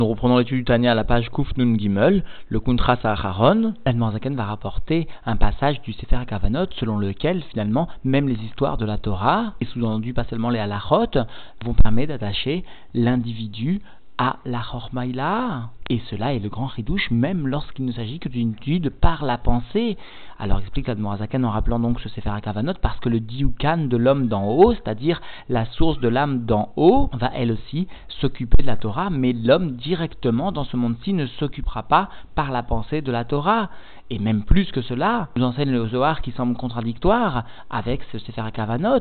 Nous reprenons l'étude du Tanya à la page Kuf Nun Gimel, le Kuntra Saharon. L'Admor Zaken va rapporter un passage du Sefer HaKavanot selon lequel, finalement, même les histoires de la Torah, et sous-entendu pas seulement les halachot, vont permettre d'attacher l'individu à la Chormaïla. Et cela est le grand ridouche, même lorsqu'il ne s'agit que d'une étude par la pensée. Alors explique l'Admor Zaken en rappelant donc ce Sefer HaKavanot, parce que le dioukan de l'homme d'en haut, c'est-à-dire la source de l'âme d'en haut, va elle aussi s'occuper de la Torah, mais l'homme directement dans ce monde-ci ne s'occupera pas par la pensée de la Torah. Et même plus que cela, nous enseigne le Zohar qui semble contradictoire avec ce Sefer HaKavanot.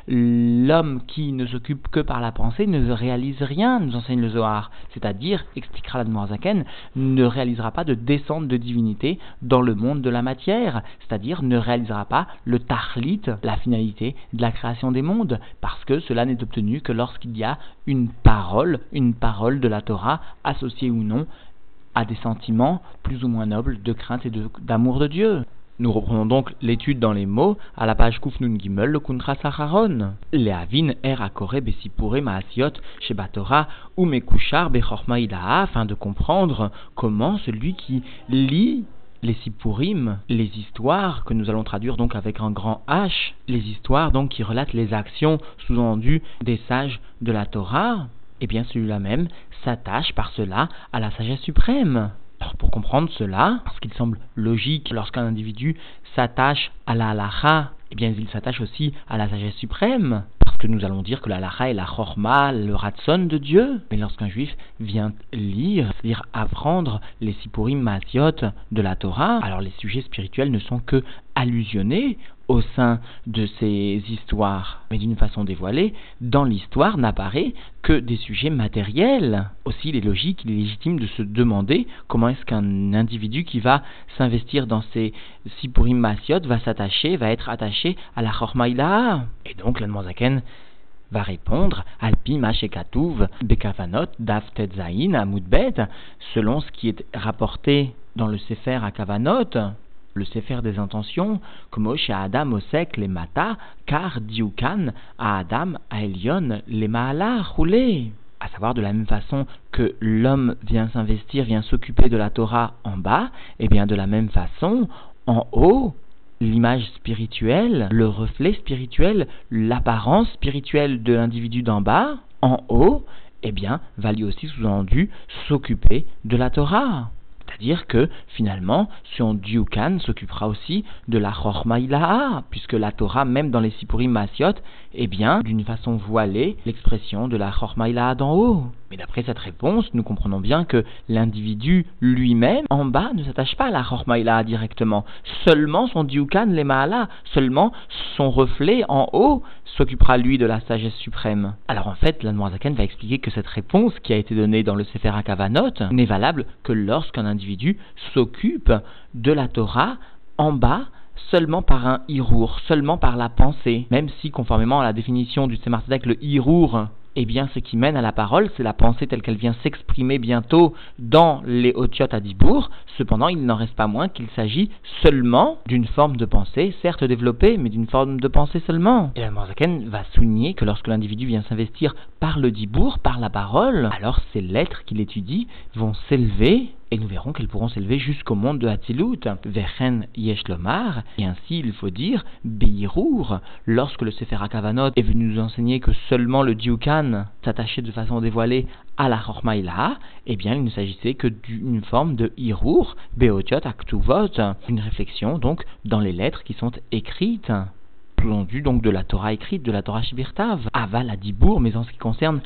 L'homme qui ne s'occupe que par la pensée ne réalise rien, nous enseigne le Zohar. C'est-à-dire, expliquera l'Admor Zaken, ne réalisera pas de descente de divinité dans le monde de la matière. C'est-à-dire, ne réalisera pas le tachlit, la finalité de la création des mondes. Parce que cela n'est obtenu que lorsqu'il y a une parole de la Torah, associée ou non à des sentiments plus ou moins nobles de crainte et d'amour de Dieu. Nous reprenons donc l'étude dans les mots à la page Kuf Nun Gimel, le Kuntra Saharon. Lehavin er akore besipure maasiot sheba Torah ou mekushar bechorma idaha, afin de comprendre comment celui qui lit les sipurim, les histoires que nous allons traduire donc avec un grand H, les histoires donc qui relatent les actions sous-entendues des sages de la Torah, et bien celui-là même s'attache par cela à la sagesse suprême. Alors pour comprendre cela, parce qu'il semble logique lorsqu'un individu s'attache à la halacha, eh bien il s'attache aussi à la sagesse suprême, parce que nous allons dire que la halacha est la chorma, le ratson de Dieu. Mais lorsqu'un juif vient lire, c'est-à-dire apprendre les sipurim maasiot de la Torah, alors les sujets spirituels ne sont que allusionnés au sein de ces histoires, mais d'une façon dévoilée, dans l'histoire n'apparaît que des sujets matériels. Aussi, il est logique, il est légitime de se demander comment est-ce qu'un individu qui va s'investir dans ces sipurim maasiot va être attaché à la chorma ilaha. Et donc, l'Admor Zaken va répondre Alpi Mashekatuv Bekavanot Daf Tetzain Amudbet, selon ce qui est rapporté dans le Sefer HaKavanot, le Sefer des intentions, comme chez Adam Osek les Mata, car Diukan à Adam à Elion les Maala roulé. À savoir, de la même façon que l'homme vient s'investir, vient s'occuper de la Torah en bas, et bien de la même façon, en haut, l'image spirituelle, le reflet spirituel, l'apparence spirituelle de l'individu d'en bas, en haut, eh bien, va lui aussi sous-entendu s'occuper de la Torah. C'est-à-dire que, finalement, son dioukan s'occupera aussi de la chorma ilaha, puisque la Torah, même dans les sipurim maasiot, est bien, d'une façon voilée, l'expression de la chorma ilaha d'en haut. Mais d'après cette réponse, nous comprenons bien que l'individu lui-même, en bas, ne s'attache pas à la chorma ilaha directement. Seulement son dioukan, les maala, seulement son reflet en haut, s'occupera lui de la sagesse suprême. Alors en fait, l'Admor Zaken va expliquer que cette réponse qui a été donnée dans le Sefer HaKavanot n'est valable que lorsqu'un individu s'occupe de la Torah en bas seulement par un hirour, seulement par la pensée. Même si, conformément à la définition du Tzemar Tzedek, le hirour, eh bien, ce qui mène à la parole, c'est la pensée telle qu'elle vient s'exprimer bientôt dans les Otiot Adibour. Cependant, il n'en reste pas moins qu'il s'agit seulement d'une forme de pensée, certes développée, mais d'une forme de pensée seulement. Et l'Admor Zaken va souligner que lorsque l'individu vient s'investir par le Dibour, par la parole, alors ces lettres qu'il étudie vont s'élever, et nous verrons qu'elles pourront s'élever jusqu'au monde de Hatzilut, Vechen Yesh Lomar, et ainsi il faut dire Beirur. Lorsque le Sefer HaKavanot est venu nous enseigner que seulement le dioukan s'attachait de façon dévoilée à la chorma ilaha, eh bien il ne s'agissait que d'une forme de Hirur, Beotiot Aktuvot, une réflexion donc dans les lettres qui sont écrites, sous-entendu donc de la Torah écrite, de la Torah Shibirtav, Aval Adibour, mais en ce qui concerne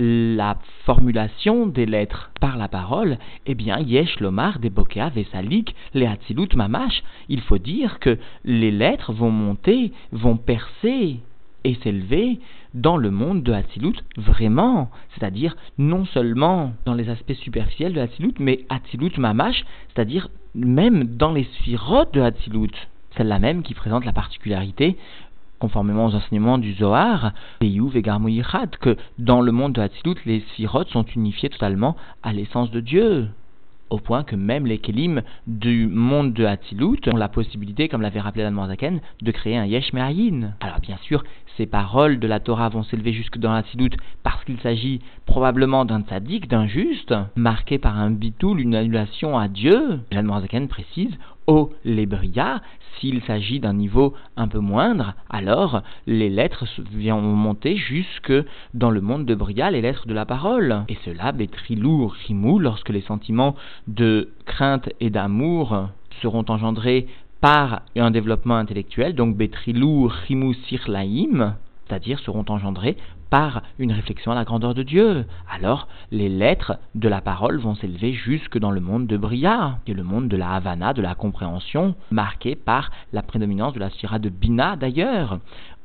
la formulation des lettres par la parole, eh bien, Yesh Lomar, Debokea, Vesalik, les Hatzilut Mamash, il faut dire que les lettres vont monter, vont percer et s'élever dans le monde de Hatzilut vraiment, c'est-à-dire non seulement dans les aspects superficiels de Hatzilut, mais Hatzilut Mamash, c'est-à-dire même dans les sphirotes de Hatzilut, celle-là même qui présente la particularité, conformément aux enseignements du Zohar, que dans le monde de Hatzilut, les sphirotes sont unifiées totalement à l'essence de Dieu. au point que même les Kélim du monde de Hatzilut ont la possibilité, comme l'avait rappelé l'Admor Zaken, de créer un Yesh Me'ayin. Alors bien sûr, ces paroles de la Torah vont s'élever jusque dans Hatzilut parce qu'il s'agit probablement d'un tzaddik, d'un juste, marqué par un bitoul, une annulation à Dieu. L'Admor Zaken précise, au Lebria, s'il s'agit d'un niveau un peu moindre, alors les lettres vont monter jusque dans le monde de Bria, les lettres de la parole. Et cela, Betrilou, Rimou, lorsque les sentiments de crainte et d'amour seront engendrés par un développement intellectuel, donc Betrilou, Rimou, Sirlaïm, c'est-à-dire seront engendrés par une réflexion à la grandeur de Dieu. Alors, les lettres de la parole vont s'élever jusque dans le monde de Bria, qui est le monde de la Havana, de la compréhension, marqué par la prédominance de la Sira de Bina d'ailleurs.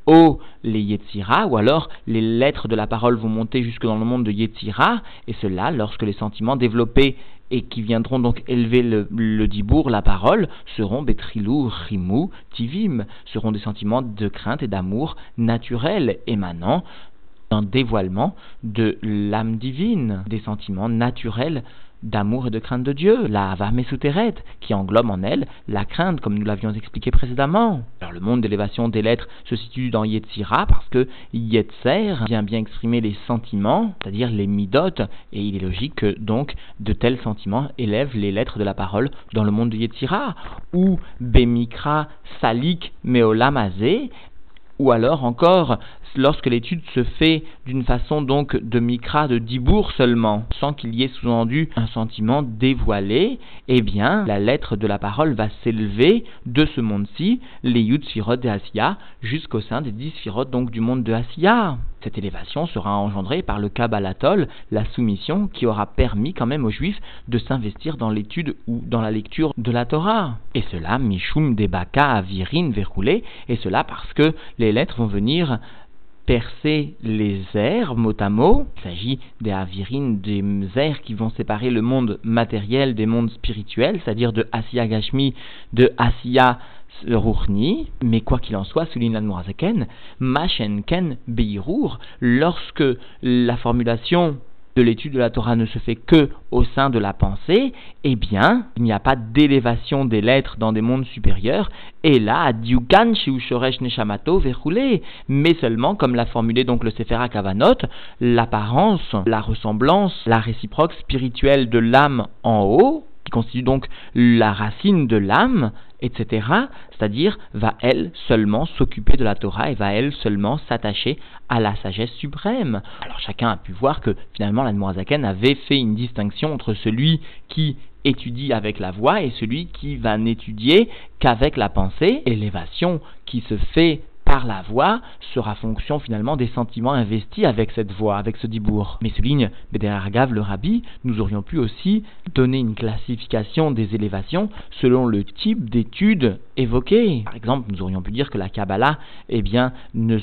Les Yetzira, ou alors les lettres de la parole vont monter jusque dans le monde de Yetzira, et cela lorsque les sentiments développés et qui viendront donc élever le dibour, la parole, seront Betrilou, Rimou, Tivim, seront des sentiments de crainte et d'amour naturels, émanant d'un dévoilement de l'âme divine, des sentiments naturels d'amour et de crainte de Dieu, la Hava Mesuteret, qui englobe en elle la crainte, comme nous l'avions expliqué précédemment. Alors le monde d'élévation des lettres se situe dans Yetzira, parce que Yetzer vient bien exprimer les sentiments, c'est-à-dire les midot, et il est logique que donc de tels sentiments élèvent les lettres de la parole dans le monde de Yetzira, ou Bemikra Salik Meolamazé, ou alors encore lorsque l'étude se fait d'une façon donc de mikra, de dibour seulement, sans qu'il y ait sous-entendu un sentiment dévoilé, eh bien la lettre de la parole va s'élever de ce monde-ci, les Yud Sfirot de Asiya, jusqu'au sein des 10 Sfirot donc du monde de Asiya. Cette élévation sera engendrée par le Kabbalatol, la soumission qui aura permis quand même aux Juifs de s'investir dans l'étude ou dans la lecture de la Torah. Et cela, Mishum Debaka Avirin Verroulé, et cela parce que les lettres vont venir percer les airs, mot à mot. Il s'agit des avirines, des airs qui vont séparer le monde matériel des mondes spirituels, c'est-à-dire de Asiya Gashmi, de Asiya Ruchni. Mais quoi qu'il en soit, souligne l'Admor Zaken, Machen Ken Beirur, lorsque la formulation de l'étude de la Torah ne se fait que au sein de la pensée, eh bien, il n'y a pas d'élévation des lettres dans des mondes supérieurs, et là, Adiukan Shiushoresh Neshamato Verroulé, mais seulement, comme l'a formulé donc le Sefer HaKavanot, l'apparence, la ressemblance, la réciproque spirituelle de l'âme en haut, qui constitue donc la racine de l'âme, etc., c'est-à-dire va elle seulement s'occuper de la Torah et va elle seulement s'attacher à la sagesse suprême. Alors chacun a pu voir que finalement l'Admor Zaken avait fait une distinction entre celui qui étudie avec la voix et celui qui va n'étudier qu'avec la pensée. Élévation qui se fait par la voix sera fonction finalement des sentiments investis avec cette voix, avec ce dibour. Mais souligne Beder Agav le Rabbi, nous aurions pu aussi donner une classification des élévations selon le type d'études évoquées. Par exemple, nous aurions pu dire que la Kabbalah, eh bien,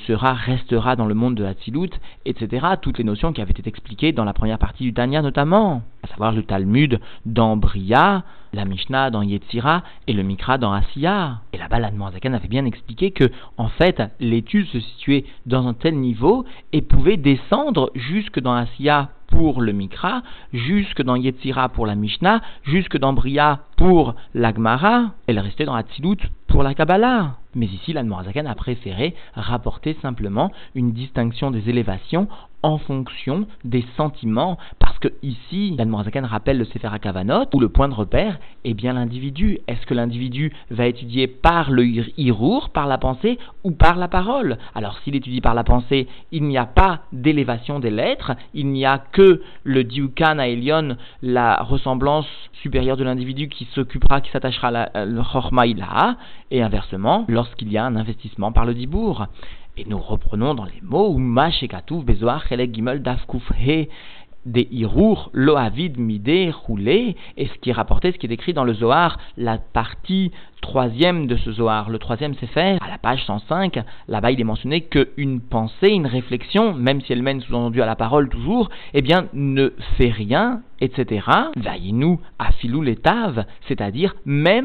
restera dans le monde de Hatzilut, etc. Toutes les notions qui avaient été expliquées dans la première partie du Tanya notamment, à savoir le Talmud dans Bria, la Mishnah dans Yetzira et le Mikra dans Asiya. Et là-bas, l'Admor Zaken avait bien expliqué que, en fait, l'étude se situait dans un tel niveau et pouvait descendre jusque dans Asiya pour le Mikra, jusque dans Yetzira pour la Mishnah, jusque dans Bria pour la Gemara. Elle restait dans Hatzilut pour la Kabbalah. Mais ici, l'Admor Zaken a préféré rapporter simplement une distinction des élévations en fonction des sentiments, parce que ici, l'Admor Zaken rappelle le Sefer HaKavanot, où le point de repère est bien l'individu. Est-ce que l'individu va étudier par le Hirour, par la pensée, ou par la parole? Alors s'il étudie par la pensée, il n'y a pas d'élévation des lettres, il n'y a que le Diukan Aelion, la ressemblance supérieure de l'individu qui s'attachera à le Chorma Ilaha, et inversement, lorsqu'il y a un investissement par le Dibour. Et nous reprenons dans les mots Uma Shekatouf Bezoar Chelek Gimel Dafkuf He des Hirour Loavid Midé Roulé, et ce qui est rapporté, ce qui est écrit dans le Zohar, la partie 3e de ce Zohar, le 3e Sefer, à la page 105, là-bas il est mentionné qu'une pensée, une réflexion, même si elle mène sous-entendu à la parole toujours, eh bien ne fait rien, etc. Vaïnou Afilou Letav, c'est-à-dire même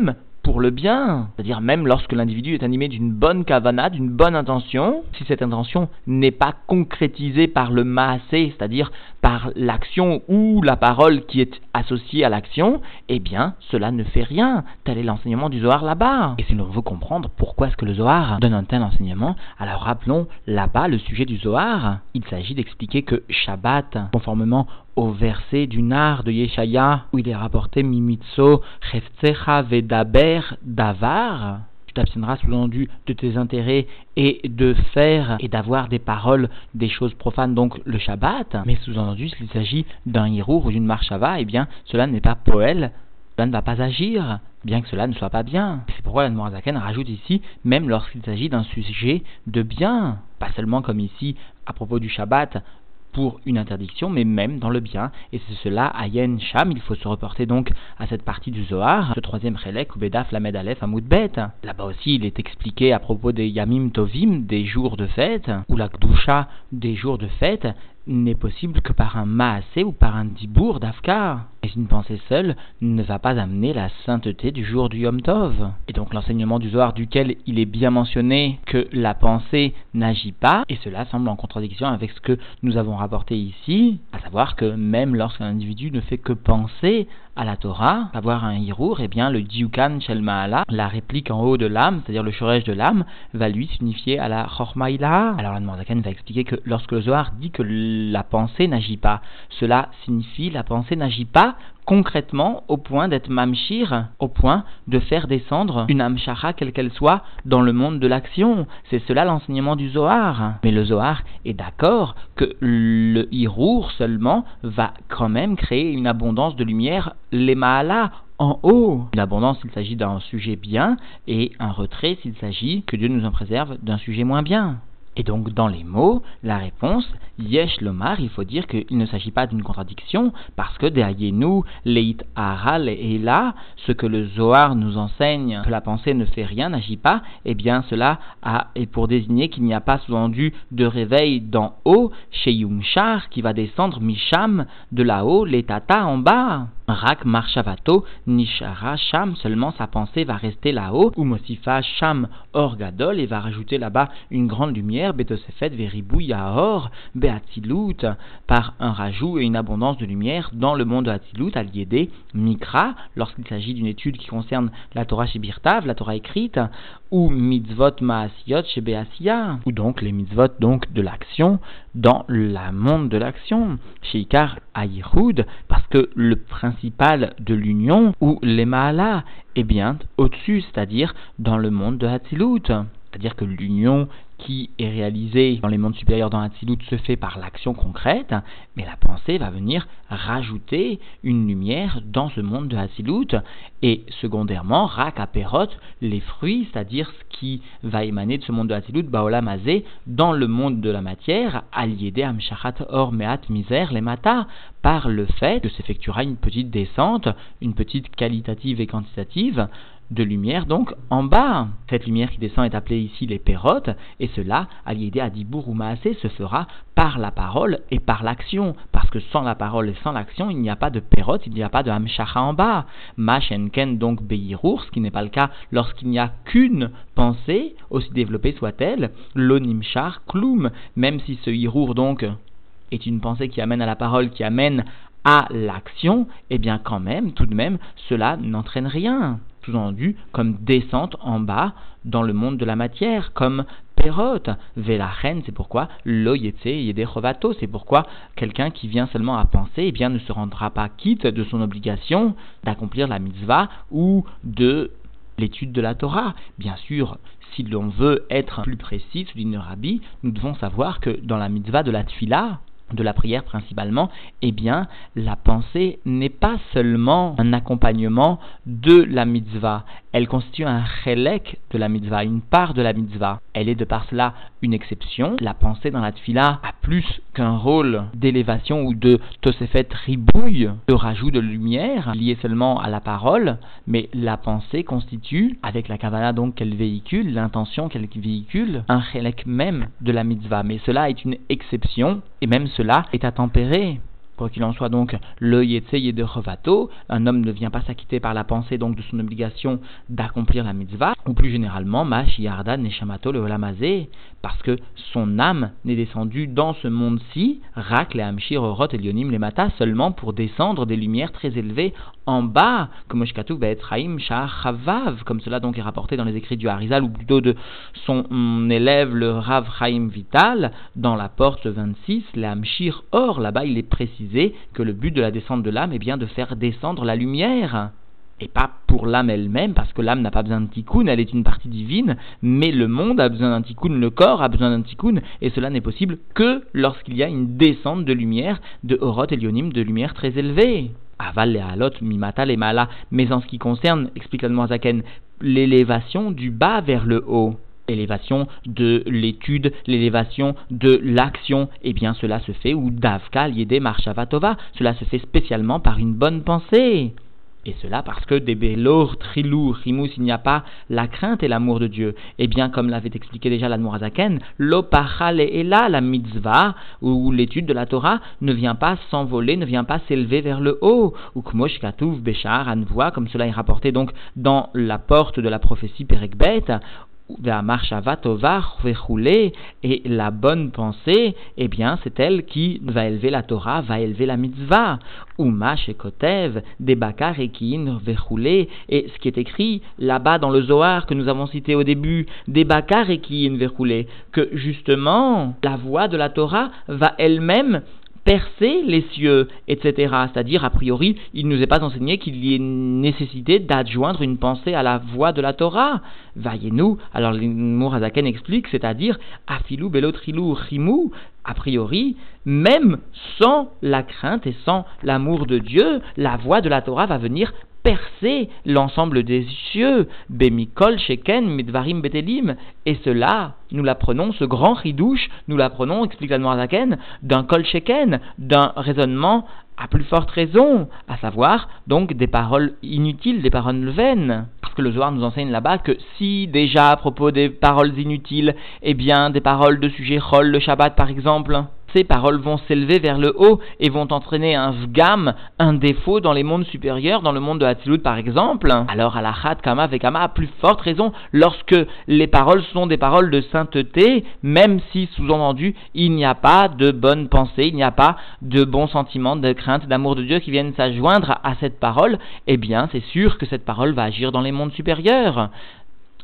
pour le bien. C'est-à-dire même lorsque l'individu est animé d'une bonne kavana, d'une bonne intention, si cette intention n'est pas concrétisée par le maasé, c'est-à-dire par l'action ou la parole qui est associée à l'action, eh bien, cela ne fait rien. Tel est l'enseignement du Zohar là-bas. Et si l'on veut comprendre pourquoi est-ce que le Zohar donne un tel enseignement, alors rappelons là-bas le sujet du Zohar. Il s'agit d'expliquer que Shabbat, conformément au verset du Nar de Yeshaya, où il est rapporté Mimitso Chefzecha Vedaber Davar, tu t'abstiendras sous-entendu de tes intérêts et de faire et d'avoir des paroles, des choses profanes, donc le Shabbat, mais sous-entendu s'il s'agit d'un hirour ou d'une marshava, eh bien cela n'est pas poël, cela ne va pas agir, bien que cela ne soit pas bien. C'est pourquoi l'Admor Zaken rajoute ici, même lorsqu'il s'agit d'un sujet de bien, pas seulement comme ici à propos du Shabbat, pour une interdiction, mais même dans le bien. Et c'est cela, Ayen Sham, il faut se reporter donc à cette partie du Zohar, le troisième Chelek, Ubedaf Lamed Aleph Amoud Bet. Là-bas aussi, il est expliqué à propos des Yamim Tovim, des jours de fête, ou la Gdusha des jours de fête, n'est possible que par un Maasé ou par un Dibour d'Afkar. Et une pensée seule ne va pas amener la sainteté du jour du Yom Tov. Et donc l'enseignement du Zohar duquel il est bien mentionné que la pensée n'agit pas, et cela semble en contradiction avec ce que nous avons rapporté ici, à savoir que même lorsqu'un individu ne fait que penser à la Torah, avoir un hirour, eh bien le diukan shel ma'ala, la réplique en haut de l'âme, c'est-à-dire le shoresh de l'âme, va lui signifier à la chormaïla. Alors l'Admor Zaken va expliquer que lorsque le Zohar dit que la pensée n'agit pas, cela signifie la pensée n'agit pas concrètement au point d'être mamshir, au point de faire descendre une amshara quelle qu'elle soit dans le monde de l'action. C'est cela l'enseignement du Zohar. Mais le Zohar est d'accord que le hirour seulement va quand même créer une abondance de lumière, les ma'ala, en haut. Une abondance s'il s'agit d'un sujet bien et un retrait s'il s'agit, que Dieu nous en préserve, d'un sujet moins bien. Et donc, dans les mots, la réponse, Yesh Lomar, il faut dire qu'il ne s'agit pas d'une contradiction, parce que derrière Leit Aral et là, ce que le Zohar nous enseigne, que la pensée ne fait rien, n'agit pas, eh bien, cela est pour désigner qu'il n'y a pas sous-entendu de réveil d'en haut, chez Yumshar, qui va descendre Misham, de là-haut, les Tata en bas. Rak Marshavato, Nishara Sham, seulement sa pensée va rester là-haut, ou Mosifa Sham Orgadol, et va rajouter là-bas une grande lumière, Betosefet Veribou Yahor, Beatilut, par un rajout et une abondance de lumière dans le monde de Hatilut, à l'Yédé, Mikra, lorsqu'il s'agit d'une étude qui concerne la Torah chez Birtav, la Torah écrite, ou Mitzvot Maasiyot chez Beasia, ou donc les mitzvot donc de l'action dans le monde de l'action, chez Ikar Ayirud, parce que le principal de l'union, ou les Maala, est bien au-dessus, c'est-à-dire dans le monde de Hatzilut. C'est-à-dire que l'union qui est réalisée dans les mondes supérieurs dans Hatzilut se fait par l'action concrète, mais la pensée va venir rajouter une lumière dans ce monde de Hatzilut, et secondairement, Rak Aperot, les fruits, c'est-à-dire ce qui va émaner de ce monde de Hatzilut, Baolam Hazé, dans le monde de la matière, Aliédé Amshachat Or Meat Misère les Mata, par le fait que s'effectuera une petite descente, une petite qualitative et quantitative, de lumière donc en bas. Cette lumière qui descend est appelée ici les pérotes, et cela, à l'idée à Dibour ou Maasé, se fera par la parole et par l'action, parce que sans la parole et sans l'action, il n'y a pas de pérote, il n'y a pas de hamshacha en bas. Mashenken donc beyirour, ce qui n'est pas le cas lorsqu'il n'y a qu'une pensée, aussi développée soit-elle, l'onimshar kloum, même si ce hirour donc est une pensée qui amène à la parole, qui amène à l'action, eh bien quand même, tout de même, cela n'entraîne rien. Sous-entendu comme descente en bas dans le monde de la matière, comme perot, velachen, c'est pourquoi lo yetse yede chovato, c'est pourquoi quelqu'un qui vient seulement à penser, eh bien ne se rendra pas quitte de son obligation d'accomplir la mitzvah ou de l'étude de la Torah. Bien sûr, si l'on veut être plus précis, souligne le Rabbi, nous devons savoir que dans la mitzvah de la tfila, de la prière principalement, eh bien, la pensée n'est pas seulement un accompagnement de la mitzvah, elle constitue un chelek de la mitzvah, une part de la mitzvah. Elle est de par cela une exception. La pensée dans la tfila a plus qu'un rôle d'élévation ou de tosefet ribouille, de rajout de lumière lié seulement à la parole, mais la pensée constitue, avec la kavana donc qu'elle véhicule, l'intention qu'elle véhicule, un chelek même de la mitzvah. Mais cela est une exception, et même cela est à tempérer. Quoi qu'il en soit, donc, le Yetse Yede Chovato, un homme ne vient pas s'acquitter par la pensée donc de son obligation d'accomplir la mitzvah, ou plus généralement, Mash Yarda Neshamato le Olamazé, parce que son âme n'est descendue dans ce monde-ci, Rak le Hamshir Orot Elionim le Mata, seulement pour descendre des lumières très élevées en bas, comme Oshkatu Be'etraim Shah Chavav, comme cela donc est rapporté dans les écrits du Harizal, ou plutôt de son élève le Rav Chaim Vital, dans la porte 26, le Hamshir Or, là-bas il est précisé que le but de la descente de l'âme est bien de faire descendre la lumière, et pas pour l'âme elle-même, parce que l'âme n'a pas besoin de tikkun, elle est une partie divine, mais le monde a besoin d'un tikkun, le corps a besoin d'un tikkun, et cela n'est possible que lorsqu'il y a une descente de lumière, de Orot Elionim, de lumière très élevée. Aval et Alot, Mimata et Mala, mais en ce qui concerne, explique l'Admorazaken, l'élévation du bas vers le haut, l'élévation de l'étude, l'élévation de l'action, eh bien cela se fait, ou Davka Liede Marshavatova, cela se fait spécialement par une bonne pensée. Et cela parce que des Belor, Trilou, Rimous, il n'y a pas la crainte et l'amour de Dieu. Et bien, comme l'avait expliqué déjà l'Admorazaken, l'Opachal et là, la mitzvah, ou l'étude de la Torah, ne vient pas s'envoler, ne vient pas s'élever vers le haut. Ou Kmosh Katuv, Béchar, Anvoa, comme cela est rapporté donc dans la porte de la prophétie Perekbet, et la bonne pensée, eh bien, c'est elle qui va élever la Torah, va élever la mitzvah. Uma shekotev, debakar ekin verroulé, et ce qui est écrit là-bas dans le Zohar que nous avons cité au début, debakar ekin verroulé, que justement la voix de la Torah va elle-même percer les cieux, etc. C'est-à-dire, a priori, il ne nous est pas enseigné qu'il y ait nécessité d'adjoindre une pensée à la voix de la Torah. Voyez-nous, alors l'Admorazaken explique, c'est-à-dire, afilou belotrilou rimou, a priori, même sans la crainte et sans l'amour de Dieu, la voix de la Torah va venir percer l'ensemble des cieux, Bemikol, Sheken, Midvarim, Betelim, et cela, nous l'apprenons, ce grand ridouche, nous l'apprenons, explique l'Admorazaken, d'un Kol Sheken, d'un raisonnement à plus forte raison, à savoir, donc, des paroles inutiles, des paroles vaines. Parce que le Zohar nous enseigne là-bas que si déjà à propos des paroles inutiles, eh bien, des paroles de sujet Chol, le Shabbat par exemple, ces paroles vont s'élever vers le haut et vont entraîner un vgam, un défaut dans les mondes supérieurs, dans le monde de Hatzilut par exemple. Alors, alachat, kama, vekama, à plus forte raison, lorsque les paroles sont des paroles de sainteté, même si, sous-entendu, il n'y a pas de bonne pensée, il n'y a pas de bons sentiments, de crainte, d'amour de Dieu qui viennent s'adjoindre à cette parole, eh bien, c'est sûr que cette parole va agir dans les mondes supérieurs. Pourquoi ?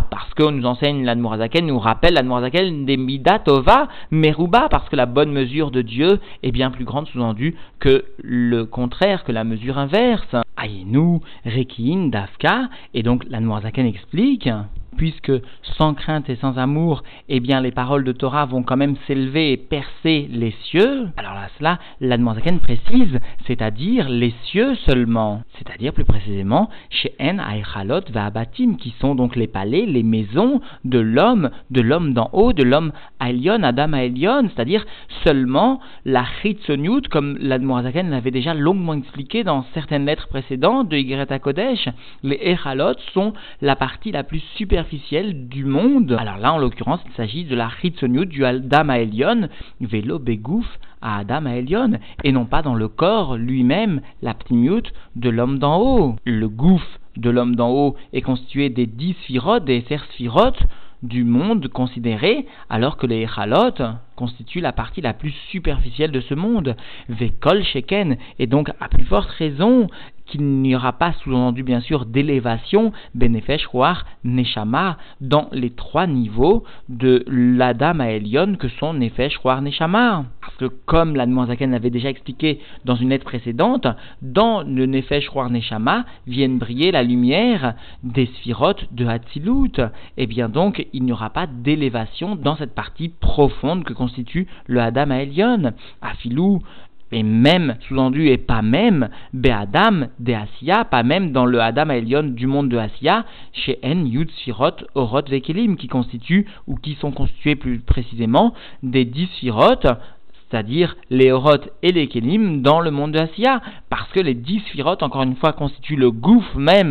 Parce qu'on nous enseigne l'Admorazaken, nous rappelle l'Admorazaken des Midat Tova Meruba, parce que la bonne mesure de Dieu est bien plus grande sous-entendu que le contraire, que la mesure inverse. Aïnou, Rekin, Dafka, et donc l'Admorazaken explique, puisque sans crainte et sans amour, eh bien les paroles de Torah vont quand même s'élever et percer les cieux. Alors là, cela, l'Admorazaken précise, c'est-à-dire les cieux seulement. C'est-à-dire plus précisément, chez En, Aïchalot, Va'abatim, qui sont donc les palais, les maisons de l'homme d'en haut, de l'homme Aelion, Adam Aelion, c'est-à-dire seulement la Chitzoniut, comme l'Admorazaken l'avait déjà longuement expliqué dans certaines lettres précédentes de Yigret HaKodesh. Les Echalot sont la partie la plus superficielle du monde. Alors là, en l'occurrence, il s'agit de la Chitzoniut, du Adam Aelion, Velo Begouf à Adam Aelion, et non pas dans le corps lui-même, la Ptimiut de l'homme d'en haut. Le Gouf de l'homme d'en haut est constitué des 10 sphirotes, des sphirotes du monde considéré, alors que les Echalot constituent la partie la plus superficielle de ce monde. Vekol Sheken, et donc à plus forte raison qu'il n'y aura pas sous-entendu bien sûr d'élévation, Benefesh, Ruach, Neshama, dans les 3 niveaux de l'Adam Aelion que sont Nefesh, Ruach, Neshama. Parce que comme l'Admorazaken l'avait déjà expliqué dans une lettre précédente, dans le Nefesh, Ruach, Neshama viennent briller la lumière des sphirotes de Hatzilut. Et bien donc, il n'y aura pas d'élévation dans cette partie profonde que constitue le Adam Aelion. Afilou, et même, sous-entendu, et pas même, Be'adam de Asiya, pas même dans le Adam Aelion du monde de Asiya, chez En, Yud, Sphirot, Orot, Vekelim, qui constituent, ou qui sont constitués plus précisément, des 10 Sphirot, c'est-à-dire les Orot et les Kelim, dans le monde de Asiya, parce que les 10 Sphirot, encore une fois, constituent le gouffre même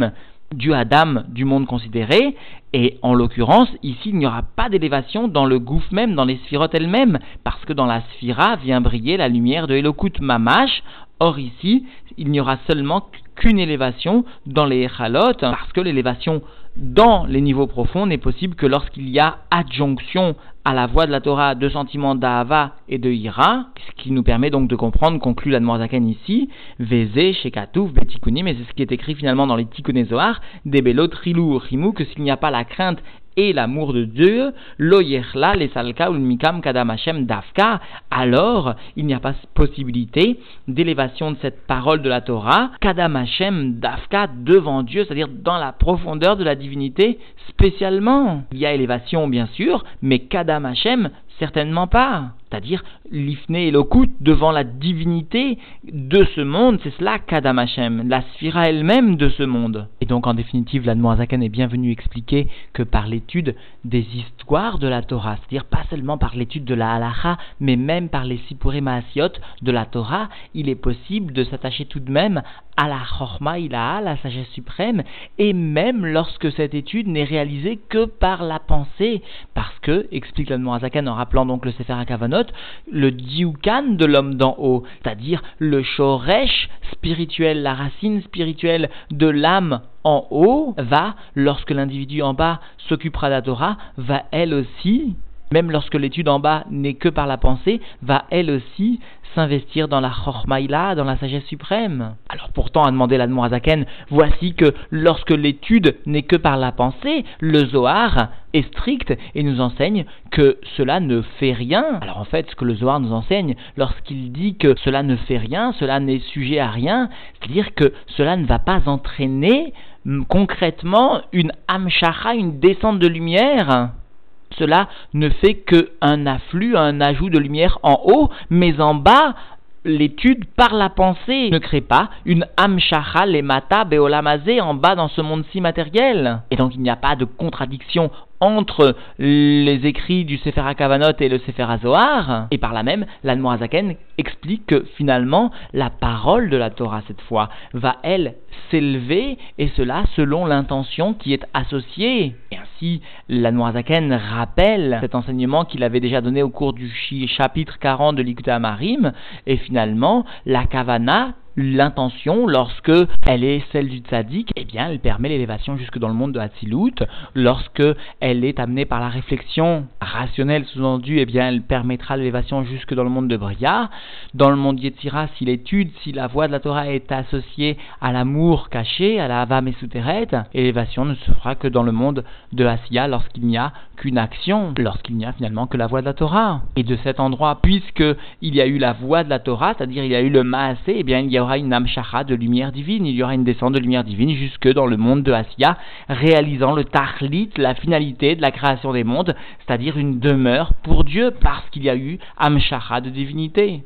du Adam du monde considéré, et en l'occurrence, ici, il n'y aura pas d'élévation dans le gouffre même, dans les sphirotes elles-mêmes, parce que dans la sphira vient briller la lumière de Elokut Mamash. Or ici, il n'y aura seulement qu'une élévation dans les Echalot, parce que l'élévation dans les niveaux profonds n'est possible que lorsqu'il y a adjonction à la voix de la Torah de sentiments d'Ahava et de Hira, ce qui nous permet donc de comprendre, conclut l'Admor Zaken ici, Vézé, Shekatouf, Betikunim, et c'est ce qui est écrit finalement dans les Tikkuné Zohar, Debelot, Rilou, Rimou, que s'il n'y a pas la crainte et l'amour de Dieu, lo yerla, les salka ou le mikam kadam Hashem dafka, alors il n'y a pas possibilité d'élévation de cette parole de la Torah, kadam Hashem dafka, devant Dieu, c'est-à-dire dans la profondeur de la divinité spécialement. Il y a élévation bien sûr, mais kadam Hashem certainement pas. C'est-à-dire l'ifné et l'okut devant la divinité de ce monde, c'est cela Kadam Hashem, la sphira elle-même de ce monde. Et donc en définitive, l'Admor Zaken est bien venu expliquer que par l'étude des histoires de la Torah, c'est-à-dire pas seulement par l'étude de la halacha, mais même par les sipurei maasiot de la Torah, il est possible de s'attacher tout de même à la chorma ilaha, la sagesse suprême, et même lorsque cette étude n'est réalisée que par la pensée, parce que, explique l'Admor Zaken en rappelant donc le Sefer HaKavanot, le dioukan de l'homme d'en haut, c'est-à-dire le shoresh spirituel, la racine spirituelle de l'âme en haut, va, lorsque l'individu en bas s'occupera de la Torah, va elle aussi, même lorsque l'étude en bas n'est que par la pensée, va elle aussi s'investir dans la chormaïla, dans la sagesse suprême. Alors pourtant, a demandé l'Admor Zaken, voici que lorsque l'étude n'est que par la pensée, le Zohar est strict et nous enseigne que cela ne fait rien. Alors en fait, ce que le Zohar nous enseigne, lorsqu'il dit que cela ne fait rien, cela n'est sujet à rien, c'est-à-dire que cela ne va pas entraîner concrètement une hamshacha, une descente de lumière. Cela ne fait qu'un afflux, un ajout de lumière en haut, mais en bas, l'étude par la pensée ne crée pas une hamshacha lemata beolamazé en bas dans ce monde-ci matériel. Et donc il n'y a pas de contradiction entre les écrits du Sefer HaKavanot et le Sefer HaZohar, et par là même, l'Admor Zaken explique que finalement, la parole de la Torah, cette fois, va, elle, s'élever, et cela selon l'intention qui est associée. Et ainsi, l'Admor Zaken rappelle cet enseignement qu'il avait déjà donné au cours du chapitre 40 de Likutei Amarim, et finalement, la Kavana, l'intention, lorsque elle est celle du tzaddik, eh bien, elle permet l'élévation jusque dans le monde de Hatzilut. Lorsque elle est amenée par la réflexion rationnelle sous-entendue, eh bien, elle permettra l'élévation jusque dans le monde de Bria. Dans le monde Yetzira, si l'étude, si la voix de la Torah est associée à l'amour caché, à la Hava Mesuteret, l'élévation ne se fera que dans le monde de Asiya lorsqu'il n'y a qu'une action, lorsqu'il n'y a finalement que la voix de la Torah. Et de cet endroit, puisque il y a eu la voix de la Torah, c'est-à-dire il y a eu le Maasé, eh bien, il y aura une amshacha de lumière divine, il y aura une descente de lumière divine jusque dans le monde de Asiya, réalisant le tachlit, la finalité de la création des mondes, c'est-à-dire une demeure pour Dieu, parce qu'il y a eu amshacha de divinité.